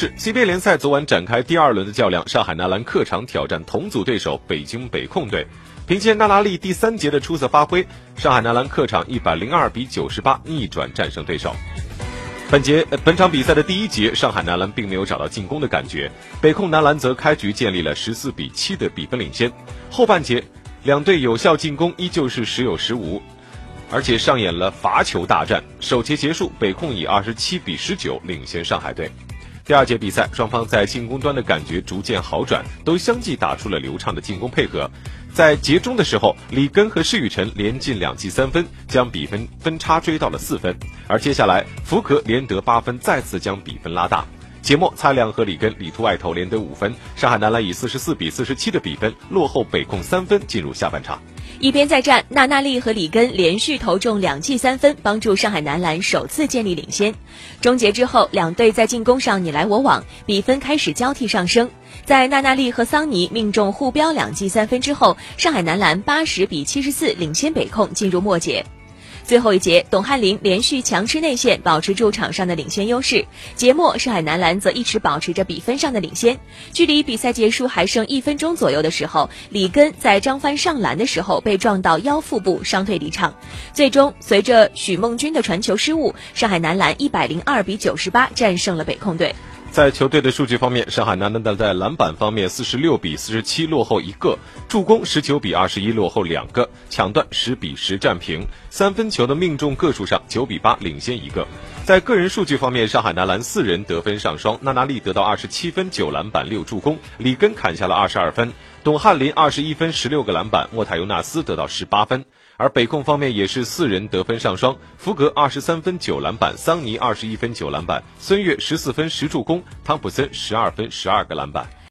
CBA 联赛昨晚展开第2轮的较量，上海男篮客场挑战同组对手北京北控队。凭借娜拉利第3节的出色发挥，上海男篮客场102比98逆转战胜对手。本场比赛的第1节，上海男篮并没有找到进攻的感觉，北控男篮则开局建立了14比7的比分领先。后半节，两队有效进攻依旧是时有时无，而且上演了罚球大战。首节结束，北控以27比19领先上海队。第2节比赛，双方在进攻端的感觉逐渐好转，都相继打出了流畅的进攻配合。在节中的时候，李根和施雨辰连进2记3分，将比分差追到了4分。而接下来，福格连得8分，再次将比分拉大。节末，蔡亮和李根里突外投连得5分，上海男篮以44比47的比分落后北控3分，进入下半场。 一边再战，娜娜丽和里根连续投中2记3分，帮助上海男篮首次建立领先。终结之后，两队在进攻上你来我往，比分开始交替上升。在娜娜丽和桑尼命中互飙2记3分之后，上海男篮80比74领先北控，进入末节。最后一节，董翰林连续强吃内线，保持住场上的领先优势。节末，上海男篮则一直保持着比分上的领先。距离比赛结束还剩1分钟左右的时候，李根在张帆上篮的时候被撞到腰腹部，伤退离场。最终，随着许梦君的传球失误，上海男篮102比98战胜了北控队。 在球队的数据方面，上海男篮在篮板方面46比47落后1个，助攻19比21落后2个，抢断10比10战平，三分球的命中个数上9比8领先1个。在个人数据方面，上海男篮4人得分上双，娜娜丽得到27分9篮板6助攻，李根砍下了22分，董翰林21分16个篮板，莫塔尤纳斯得到18分。而北控方面也是4人得分上双，福格23分9篮板，桑尼21分9篮板，孙悦14分10助攻，汤普森12分12个篮板。